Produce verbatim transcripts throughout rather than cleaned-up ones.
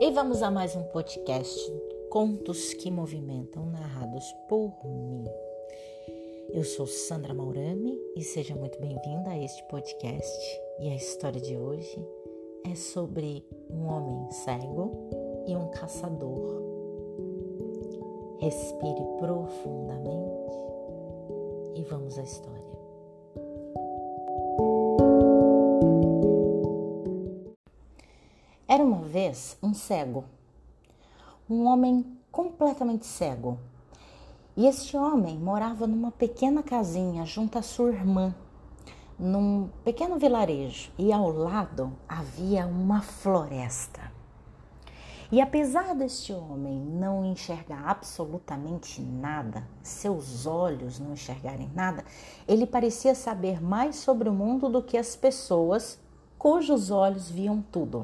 E vamos a mais um podcast, Contos que Movimentam, narrados por mim. Eu sou Sandra Maurami e seja muito bem-vinda a este podcast. E a história de hoje é sobre um homem cego e um caçador. Respire profundamente e vamos à história. Era uma vez um cego, um homem completamente cego. E este homem morava numa pequena casinha junto à sua irmã, num pequeno vilarejo. E ao lado havia uma floresta. E apesar deste homem não enxergar absolutamente nada, seus olhos não enxergarem nada, ele parecia saber mais sobre o mundo do que as pessoas cujos olhos viam tudo.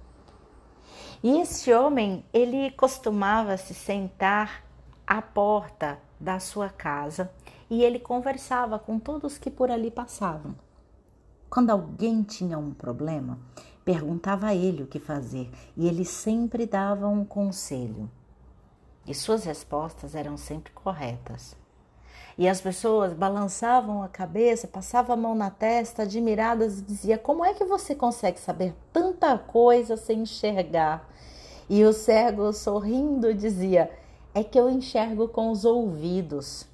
E este homem, ele costumava se sentar à porta da sua casa e ele conversava com todos que por ali passavam. Quando alguém tinha um problema, perguntava a ele o que fazer e ele sempre dava um conselho. E suas respostas eram sempre corretas. E as pessoas balançavam a cabeça, passavam a mão na testa, admiradas, e diziam: como é que você consegue saber tanta coisa sem enxergar? E o cego, sorrindo, dizia: é que eu enxergo com os ouvidos.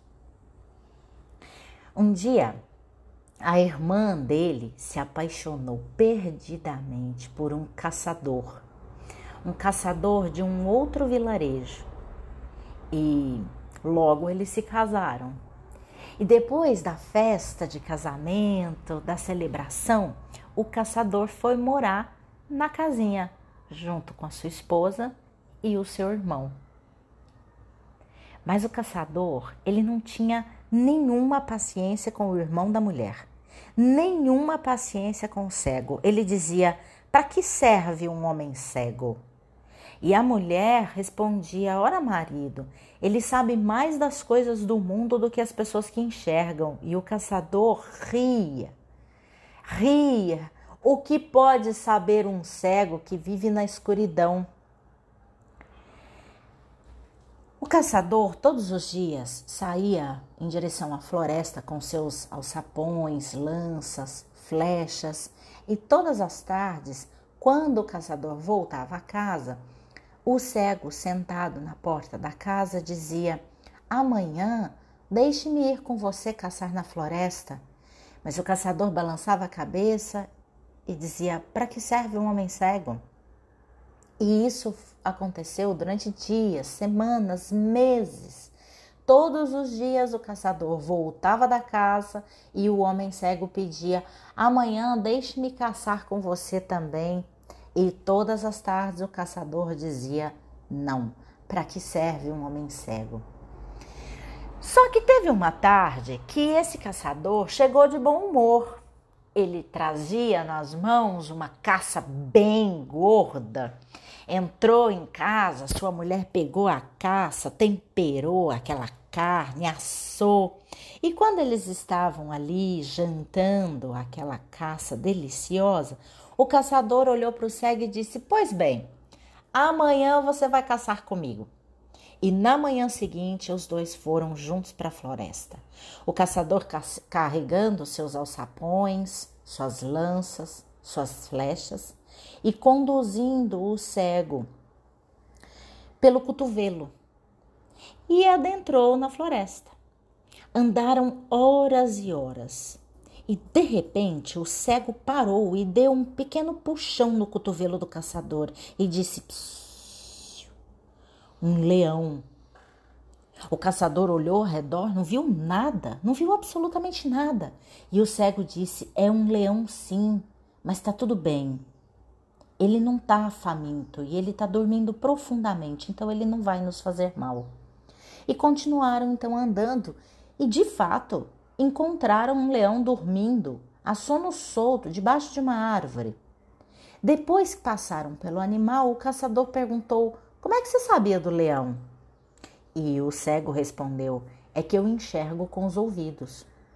Um dia, a irmã dele se apaixonou perdidamente por um caçador, um caçador de um outro vilarejo. E logo eles se casaram. E depois da festa de casamento, da celebração, o caçador foi morar na casinha, junto com a sua esposa e o seu irmão. Mas o caçador, ele não tinha nenhuma paciência com o irmão da mulher, nenhuma paciência com o cego. Ele dizia: para que serve um homem cego? E a mulher respondia: ora, marido, ele sabe mais das coisas do mundo do que as pessoas que enxergam. E o caçador ria, ria. O que pode saber um cego que vive na escuridão? O caçador todos os dias saía em direção à floresta com seus alçapões, lanças, flechas, e todas as tardes, quando o caçador voltava a casa, o cego, sentado na porta da casa, dizia: amanhã deixe-me ir com você caçar na floresta. Mas o caçador balançava a cabeça e dizia: para que serve um homem cego? E isso aconteceu durante dias, semanas, meses. Todos os dias o caçador voltava da caça e o homem cego pedia: amanhã deixe-me caçar com você também. E todas as tardes o caçador dizia: não, para que serve um homem cego? Só que teve uma tarde que esse caçador chegou de bom humor. Ele trazia nas mãos uma caça bem gorda. Entrou em casa, sua mulher pegou a caça, temperou aquela carne, assou. E quando eles estavam ali jantando aquela caça deliciosa, o caçador olhou para o cego e disse: pois bem, amanhã você vai caçar comigo. E na manhã seguinte, os dois foram juntos para a floresta. O caçador carregando seus alçapões, suas lanças, suas flechas e conduzindo o cego pelo cotovelo. E adentrou na floresta. Andaram horas e horas. E de repente o cego parou e deu um pequeno puxão no cotovelo do caçador e disse: psiu. Um leão. O caçador olhou ao redor, não viu nada, não viu absolutamente nada. E o cego disse: é um leão sim, mas está tudo bem. Ele não está faminto e ele está dormindo profundamente, então ele não vai nos fazer mal. E continuaram então andando e de fato encontraram um leão dormindo, a sono solto, debaixo de uma árvore. Depois que passaram pelo animal, o caçador perguntou: como é que você sabia do leão? E o cego respondeu: é que eu enxergo com os ouvidos.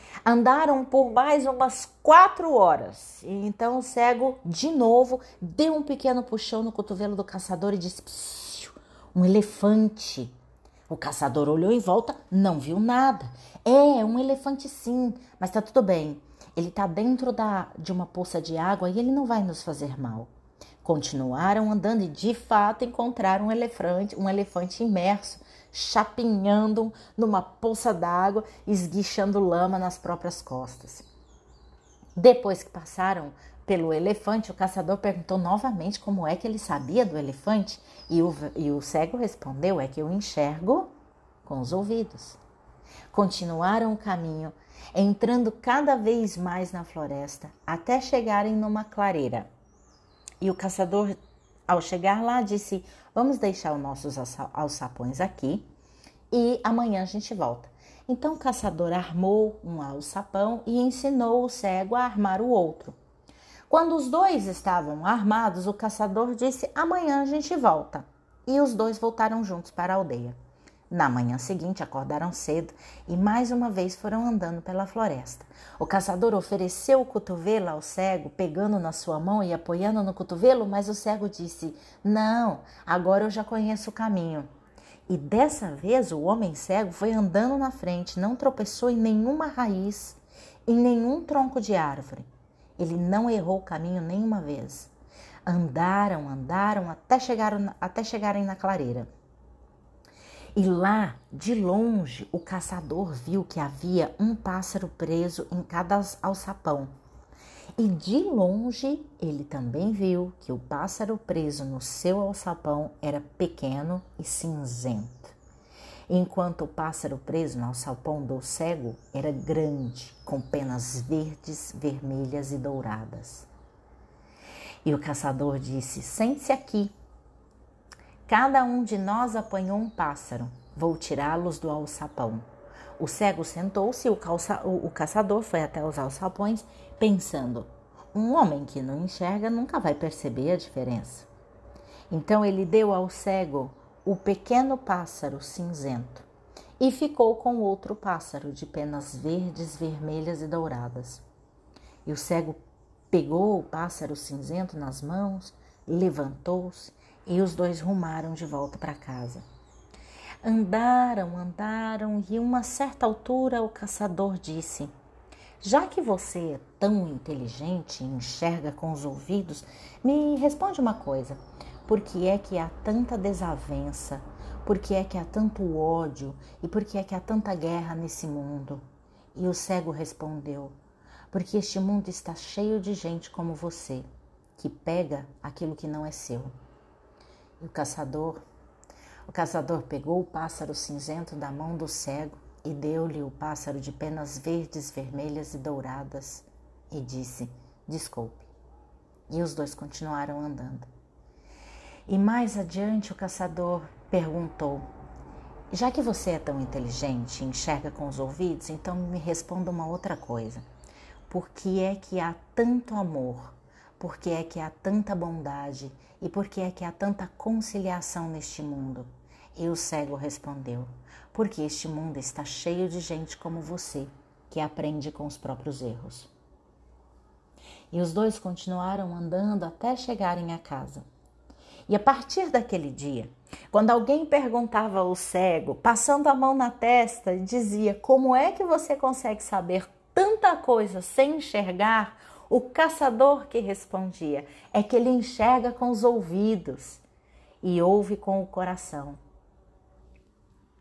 Andaram por mais umas quatro horas. E então o cego, de novo, deu um pequeno puxão no cotovelo do caçador e disse: "Psiu, um elefante." O caçador olhou em volta, não viu nada. É, um elefante sim, mas tá tudo bem. Ele tá dentro da, de uma poça de água e ele não vai nos fazer mal. Continuaram andando e de fato encontraram um elefante, um elefante imerso, chapinhando numa poça d'água, esguichando lama nas próprias costas. Depois que passaram pelo elefante, o caçador perguntou novamente como é que ele sabia do elefante e o, e o cego respondeu: "É que eu enxergo com os ouvidos." Continuaram o caminho, entrando cada vez mais na floresta, até chegarem numa clareira. E o caçador, ao chegar lá, disse: "Vamos deixar os nossos alçapões aqui e amanhã a gente volta." Então o caçador armou um alçapão e ensinou o cego a armar o outro. Quando os dois estavam armados, o caçador disse: "Amanhã a gente volta." E os dois voltaram juntos para a aldeia. Na manhã seguinte, acordaram cedo e mais uma vez foram andando pela floresta. O caçador ofereceu o cotovelo ao cego, pegando na sua mão e apoiando no cotovelo, mas o cego disse: "Não, agora eu já conheço o caminho." E dessa vez o homem cego foi andando na frente, não tropeçou em nenhuma raiz, em nenhum tronco de árvore. Ele não errou o caminho nenhuma vez. Andaram, andaram até, chegaram, até chegarem na clareira. E lá, de longe, o caçador viu que havia um pássaro preso em cada alçapão. E de longe, ele também viu que o pássaro preso no seu alçapão era pequeno e cinzento, enquanto o pássaro preso no alçapão do cego era grande, com penas verdes, vermelhas e douradas. E o caçador disse: "Sente-se aqui. Cada um de nós apanhou um pássaro. Vou tirá-los do alçapão." O cego sentou-se e o, calça, o, o caçador foi até os alçapões, pensando: um homem que não enxerga nunca vai perceber a diferença. Então ele deu ao cego o pequeno pássaro cinzento e ficou com o outro pássaro de penas verdes, vermelhas e douradas. E o cego pegou o pássaro cinzento nas mãos, levantou-se e os dois rumaram de volta para casa. Andaram, andaram e a uma certa altura o caçador disse: "Já que você é tão inteligente e enxerga com os ouvidos, me responde uma coisa. Por que é que há tanta desavença? Por que é que há tanto ódio? E por que é que há tanta guerra nesse mundo?" E o cego respondeu: "Porque este mundo está cheio de gente como você, que pega aquilo que não é seu." E o caçador, o caçador pegou o pássaro cinzento da mão do cego e deu-lhe o pássaro de penas verdes, vermelhas e douradas e disse: "Desculpe." E os dois continuaram andando. E mais adiante o caçador perguntou: "Já que você é tão inteligente e enxerga com os ouvidos, então me responda uma outra coisa. Por que é que há tanto amor? Por que é que há tanta bondade? E por que é que há tanta conciliação neste mundo?" E o cego respondeu: "Porque este mundo está cheio de gente como você, que aprende com os próprios erros." E os dois continuaram andando até chegarem à casa. E a partir daquele dia, quando alguém perguntava ao cego, passando a mão na testa, e dizia: "Como é que você consegue saber tanta coisa sem enxergar?" O caçador que respondia: "É que ele enxerga com os ouvidos e ouve com o coração."